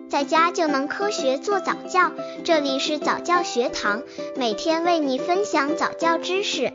在家就能科学做早教。这里是早教学堂，每天为你分享早教知识。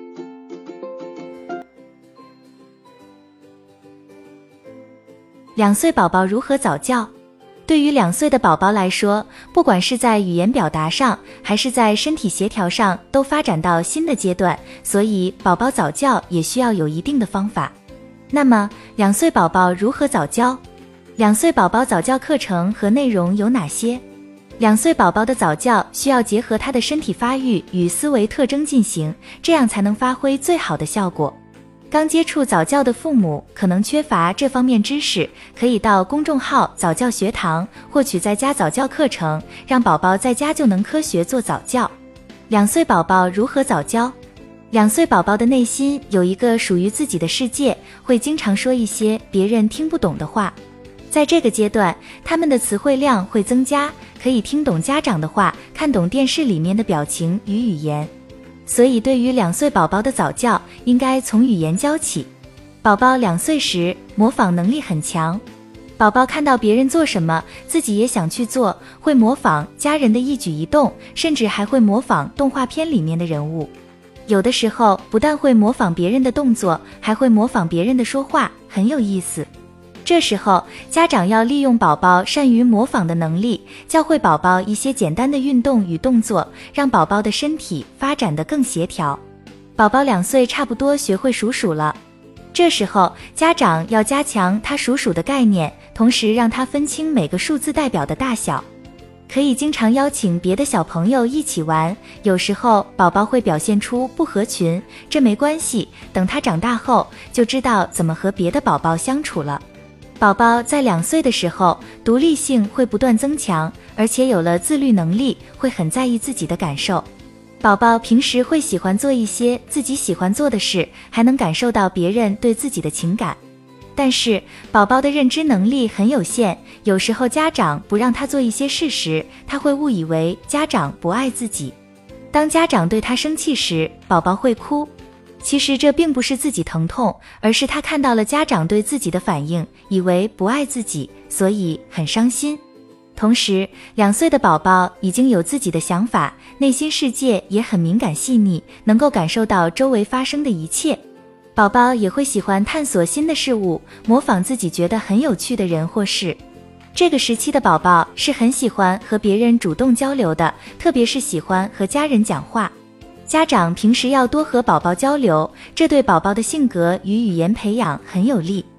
2岁宝宝如何早教？对于2岁的宝宝来说，不管是在语言表达上，还是在身体协调上，都发展到新的阶段，所以宝宝早教也需要有一定的方法。那么，2岁宝宝如何早教？2岁宝宝早教课程和内容有哪些？2岁宝宝的早教需要结合他的身体发育与思维特征进行，这样才能发挥最好的效果。刚接触早教的父母可能缺乏这方面知识，可以到公众号早教学堂获取在家早教课程，让宝宝在家就能科学做早教。2岁宝宝如何早教？2岁宝宝的内心有一个属于自己的世界，会经常说一些别人听不懂的话。在这个阶段，他们的词汇量会增加，可以听懂家长的话，看懂电视里面的表情与语言。所以对于2岁宝宝的早教，应该从语言教起。宝宝2岁时，模仿能力很强。宝宝看到别人做什么，自己也想去做，会模仿家人的一举一动，甚至还会模仿动画片里面的人物。有的时候不但会模仿别人的动作，还会模仿别人的说话，很有意思。这时候家长要利用宝宝善于模仿的能力，教会宝宝一些简单的运动与动作，让宝宝的身体发展得更协调。宝宝2岁差不多学会数数了，这时候家长要加强他数数的概念，同时让他分清每个数字代表的大小。可以经常邀请别的小朋友一起玩，有时候宝宝会表现出不合群，这没关系，等他长大后就知道怎么和别的宝宝相处了。宝宝在2岁的时候，独立性会不断增强，而且有了自律能力，会很在意自己的感受。宝宝平时会喜欢做一些自己喜欢做的事，还能感受到别人对自己的情感。但是宝宝的认知能力很有限，有时候家长不让他做一些事时，他会误以为家长不爱自己。当家长对他生气时，宝宝会哭。其实这并不是自己疼痛，而是他看到了家长对自己的反应，以为不爱自己，所以很伤心。同时2岁的宝宝已经有自己的想法，内心世界也很敏感细腻，能够感受到周围发生的一切。宝宝也会喜欢探索新的事物，模仿自己觉得很有趣的人或事。这个时期的宝宝是很喜欢和别人主动交流的，特别是喜欢和家人讲话。家长平时要多和宝宝交流，这对宝宝的性格与语言培养很有利。